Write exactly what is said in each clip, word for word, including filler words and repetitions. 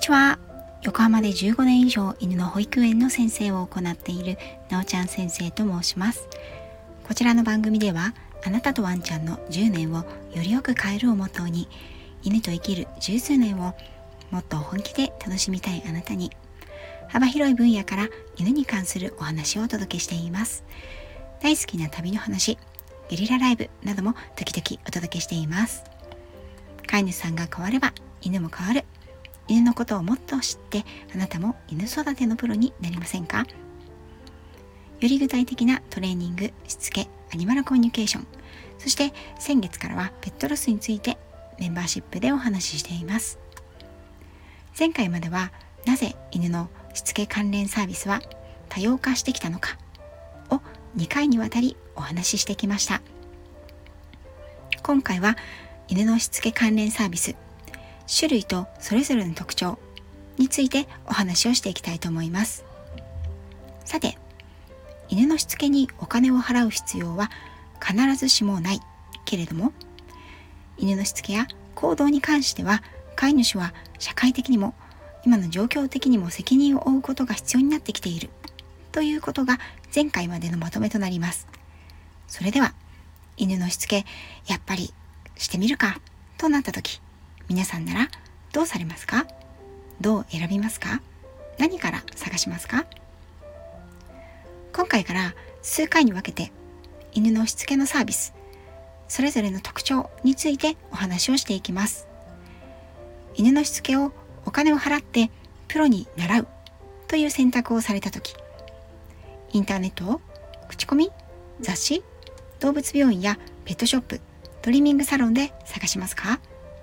ちは。横浜でじゅうごねん以上犬の保育園の先生を行っているなおちゃん先生と申します。こちらの番組では、あなたとワンちゃんのじゅうねんをよりよく変えるをモットーに、犬と生きる十数年をもっと本気で楽しみたいあなたに、幅広い分野から犬に関するお話をお届けしています。大好きな旅の話、ゲリラライブなども時々お届けしています。飼い主さんが変われば犬も変わる。犬のことをもっと知って、あなたも犬育てのプロになりませんか？より具体的なトレーニング、しつけ、アニマルコミュニケーション、そして先月からはペットロスについてメンバーシップでお話ししています。前回までは、なぜ犬のしつけ関連サービスは多様化してきたのかをにかいにわたりお話ししてきました。今回は犬のしつけ関連サービス、種類とそれぞれの特徴についてお話をしていきたいと思います。さて、犬のしつけにお金を払う必要は必ずしもないけれども、犬のしつけや行動に関しては飼い主は社会的にも今の状況的にも責任を負うことが必要になってきているということが前回までのまとめとなります。それでは、犬のしつけやっぱりしてみるかとなった時、皆さんならどうされますか？どう選びますか？何から探しますか？今回から数回に分けて犬のしつけのサービス、それぞれの特徴についてお話をしていきます。犬のしつけをお金を払ってプロに習うという選択をされたとき、インターネットを口コミ、雑誌、動物病院やペットショップ、トリミングサロンで探しますか？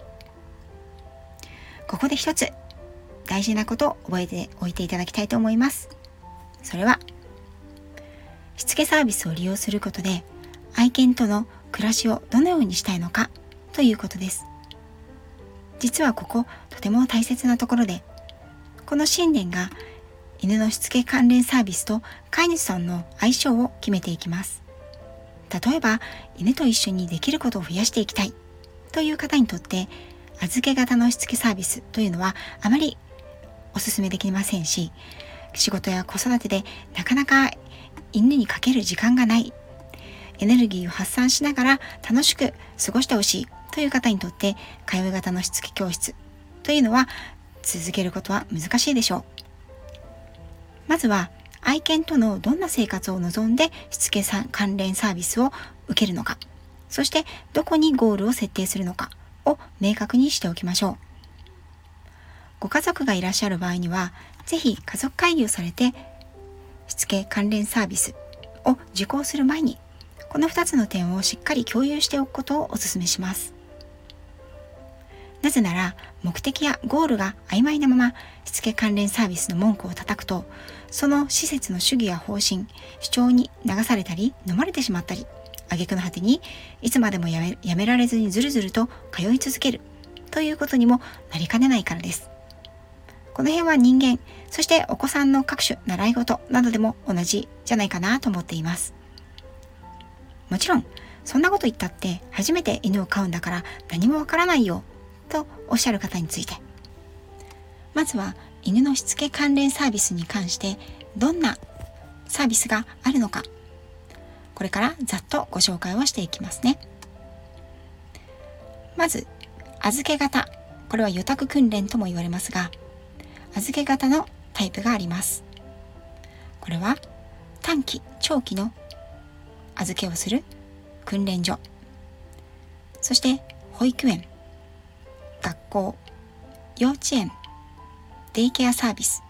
ここで一つ大事なことを覚えておいていただきたいと思います。それは、しつけサービスを利用することで愛犬との暮らしをどのようにしたいのかということです。実はここ、とても大切なところで、この信念が犬のしつけ関連サービスと飼い主さんの相性を決めていきます。例えば、犬と一緒にできることを増やしていきたいという方にとって、預け型のしつけサービスというのはあまりお勧めできませんし、仕事や子育てでなかなか犬にかける時間がない、エネルギーを発散しながら楽しく過ごしてほしいという方にとって、通い型のしつけ教室というのは続けることは難しいでしょう。まずは愛犬とのどんな生活を望んでしつけ関連サービスを受けるのか、そしてどこにゴールを設定するのかを明確にしておきましょう。ご家族がいらっしゃる場合には、ぜひ家族会議をされて、しつけ関連サービスを受講する前に、このふたつの点をしっかり共有しておくことをお勧めします。なぜなら、目的やゴールが曖昧なまましつけ関連サービスの文句を叩くと、その施設の主義や方針、主張に流されたり飲まれてしまったり、挙句の果てにいつまでもやめ、やめられずにずるずると通い続けるということにもなりかねないからです。この辺は人間、そしてお子さんの各種習い事などでも同じじゃないかなと思っています。もちろん、そんなこと言ったって初めて犬を飼うんだから何もわからないよとおっしゃる方について、まずは犬のしつけ関連サービスに関してどんなサービスがあるのか、これからざっとご紹介をしていきますね。まず、預け型。これは予託訓練とも言われますが、預け型のタイプがあります。これは短期、長期の預けをする訓練所、そして保育園、学校、幼稚園、デイケアサービス、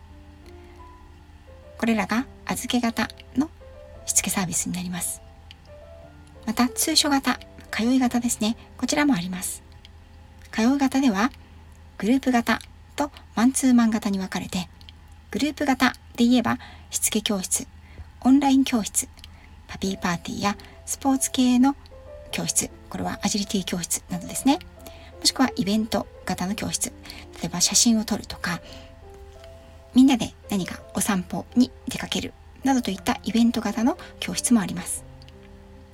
これらが預け型のしつけサービスになります。また通所型、通い型ですね。こちらもあります。通い型ではグループ型とマンツーマン型に分かれて、グループ型で言えばしつけ教室、オンライン教室、パピーパーティーやスポーツ系の教室、これはアジリティ教室などですね。もしくはイベント型の教室、例えば写真を撮るとか、みんなで何かお散歩に出かけるなどといったイベント型の教室もあります。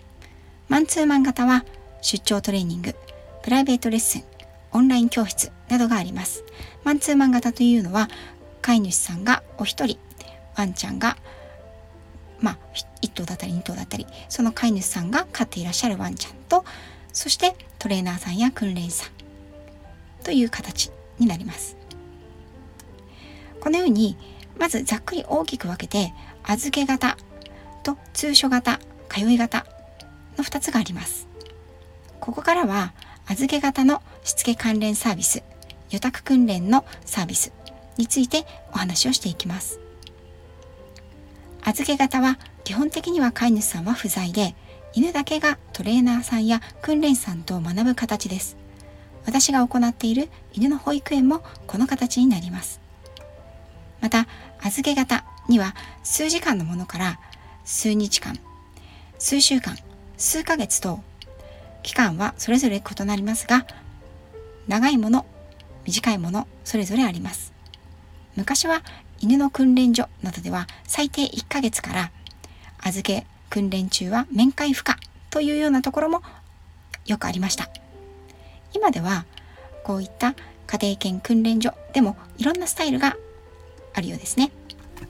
マンツーマン型は出張トレーニング、プライベートレッスン、オンライン教室などがあります。マンツーマン型というのは飼い主さんがお一人、ワンちゃんがまあいっ頭だったりに頭だったり、その飼い主さんが飼っていらっしゃるワンちゃんと、そしてトレーナーさんや訓練士さんという形になります。このようにまずざっくり大きく分けて、預け型と通所型、通い型のふたつがあります。ここからは預け型のしつけ関連サービス、予託訓練のサービスについてお話をしていきます。預け型は基本的には飼い主さんは不在で、犬だけがトレーナーさんや訓練士さんと学ぶ形です。私が行っている犬の保育園もこの形になります。また預け型には数時間のものから数日間、数週間、数ヶ月と期間はそれぞれ異なりますが、長いもの、短いものそれぞれあります。昔は犬の訓練所などでは最低いっかげつから、預け訓練中は面会不可というようなところもよくありました。今ではこういった家庭犬訓練所でもいろんなスタイルがあるようですね。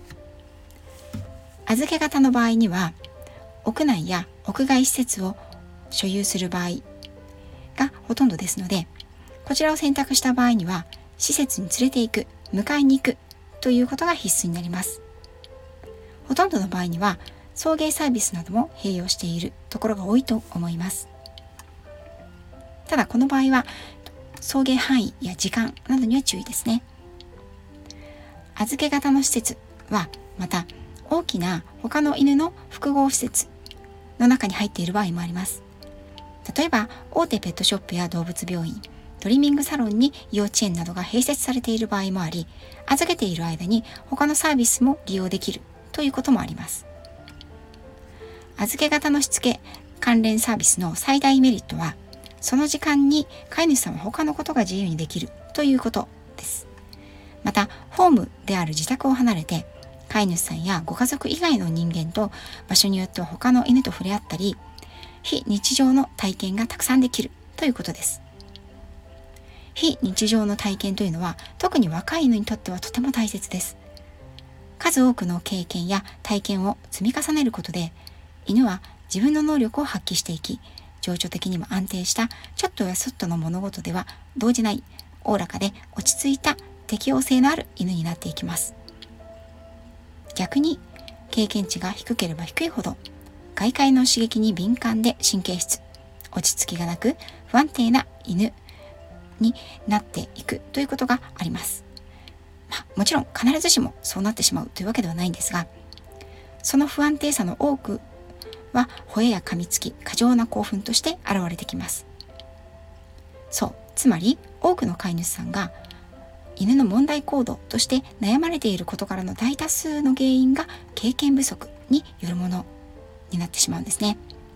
預け型の場合には屋内や屋外施設を所有する場合がほとんどですので、こちらを選択した場合には施設に連れて行く、迎えに行くということが必須になります。ほとんどの場合には送迎サービスなども併用しているところが多いと思います。ただこの場合は送迎範囲や時間などには注意ですね。預け型の施設はまた大きな他の犬の複合施設の中に入っている場合もあります。例えば大手ペットショップや動物病院、トリミングサロンに幼稚園などが併設されている場合もあり、預けている間に他のサービスも利用できるということもあります。預け型のしつけ関連サービスの最大メリットは、その時間に飼い主さんは他のことが自由にできるということです。またホームである自宅を離れて飼い主さんやご家族以外の人間と場所によっては他の犬と触れ合ったり、非日常の体験がたくさんできるということです。非日常の体験というのは特に若い犬にとってはとても大切です。数多くの経験や体験を積み重ねることで、犬は自分の能力を発揮していき、情緒的にも安定したちょっとやそっとの物事では動じない、おおらかで落ち着いた適応性のある犬になっていきます。逆に経験値が低ければ低いほど外界の刺激に敏感で神経質、落ち着きがなく不安定な犬になっていくということがあります。まあ、もちろん必ずしもそうなってしまうというわけではないんですが、その不安定さの多くは吠えや噛みつき、過剰な興奮として現れてきます。そう、つまり多くの飼い主さんが犬の問題行動として悩まれていることからの大多数の原因が経験不足によるものになってしまうんですね。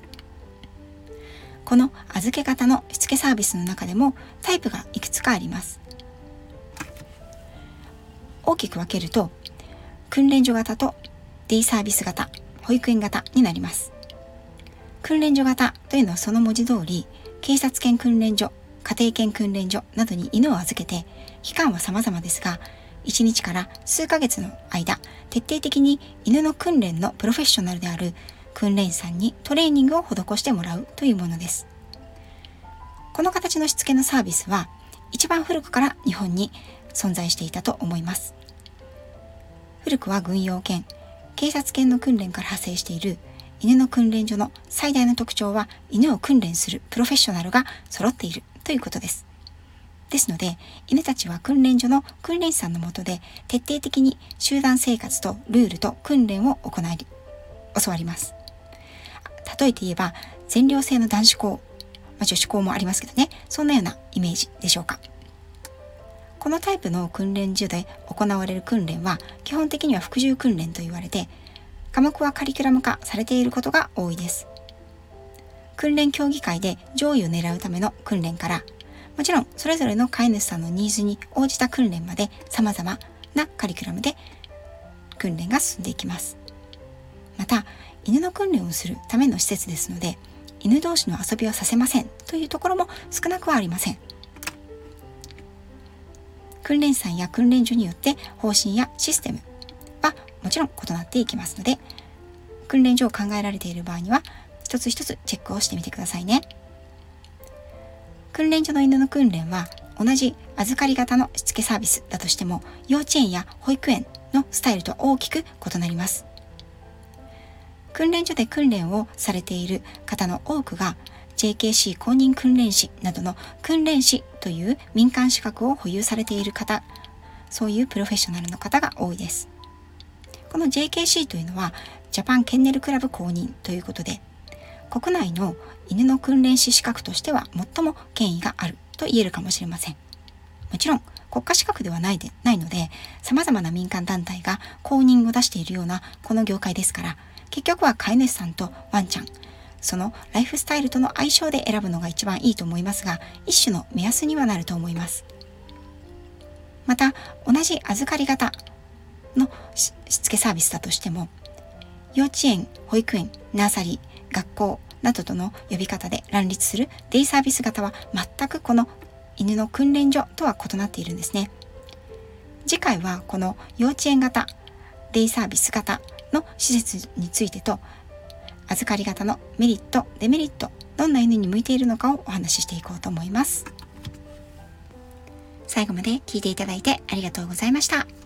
この預け型のしつけサービスの中でもタイプがいくつかあります。大きく分けると訓練所型とデイサービス型、保育園型になります。訓練所型というのはその文字通り、警察犬訓練所、家庭犬訓練所などに犬を預けて、期間は様々ですが、いちにちから数ヶ月の間、徹底的に犬の訓練のプロフェッショナルである訓練士さんにトレーニングを施してもらうというものです。この形のしつけのサービスは、一番古くから日本に存在していたと思います。古くは軍用犬、警察犬の訓練から派生している犬の訓練所の最大の特徴は、犬を訓練するプロフェッショナルが揃っているということです。ですので、犬たちは訓練所の訓練士さんの下で徹底的に集団生活とルールと訓練を行い、教わります。例えて言えば、全寮制の男子校、まあ、女子校もありますけどね、そんなようなイメージでしょうか。このタイプの訓練所で行われる訓練は、基本的には服従訓練と言われて、科目はカリキュラム化されていることが多いです。訓練協議会で上位を狙うための訓練から、もちろんそれぞれの飼い主さんのニーズに応じた訓練まで様々なカリキュラムで訓練が進んでいきます。また、犬の訓練をするための施設ですので、犬同士の遊びはさせませんというところも少なくはありません。 訓練士さんや訓練所によって方針やシステムはもちろん異なっていきますので、訓練所を考えられている場合には一つ一つチェックをしてみてくださいね。訓練所の犬の訓練は同じ預かり型のしつけサービスだとしても、幼稚園や保育園のスタイルとは大きく異なります。訓練所で訓練をされている方の多くが ジェーケーシー 公認訓練士などの訓練士という民間資格を保有されている方、そういうプロフェッショナルの方が多いです。この ジェーケーシー というのはジャパンケンネルクラブ公認ということで、国内の犬の訓練士資格としては最も権威があると言えるかもしれません。もちろん国家資格ではないでないので、様々な民間団体が公認を出しているようなこの業界ですから、結局は飼い主さんとワンちゃん、そのライフスタイルとの相性で選ぶのが一番いいと思いますが、一種の目安にはなると思います。また同じ預かり型のしつけサービスだとしても、幼稚園、保育園、ナーサリー、学校などとの呼び方で乱立するデイサービス型は全くこの犬の訓練所とは異なっているんですね。次回はこの幼稚園型、デイサービス型の施設についてと、預かり型のメリット、デメリット、どんな犬に向いているのかをお話ししていこうと思います。最後まで聞いていただいてありがとうございました。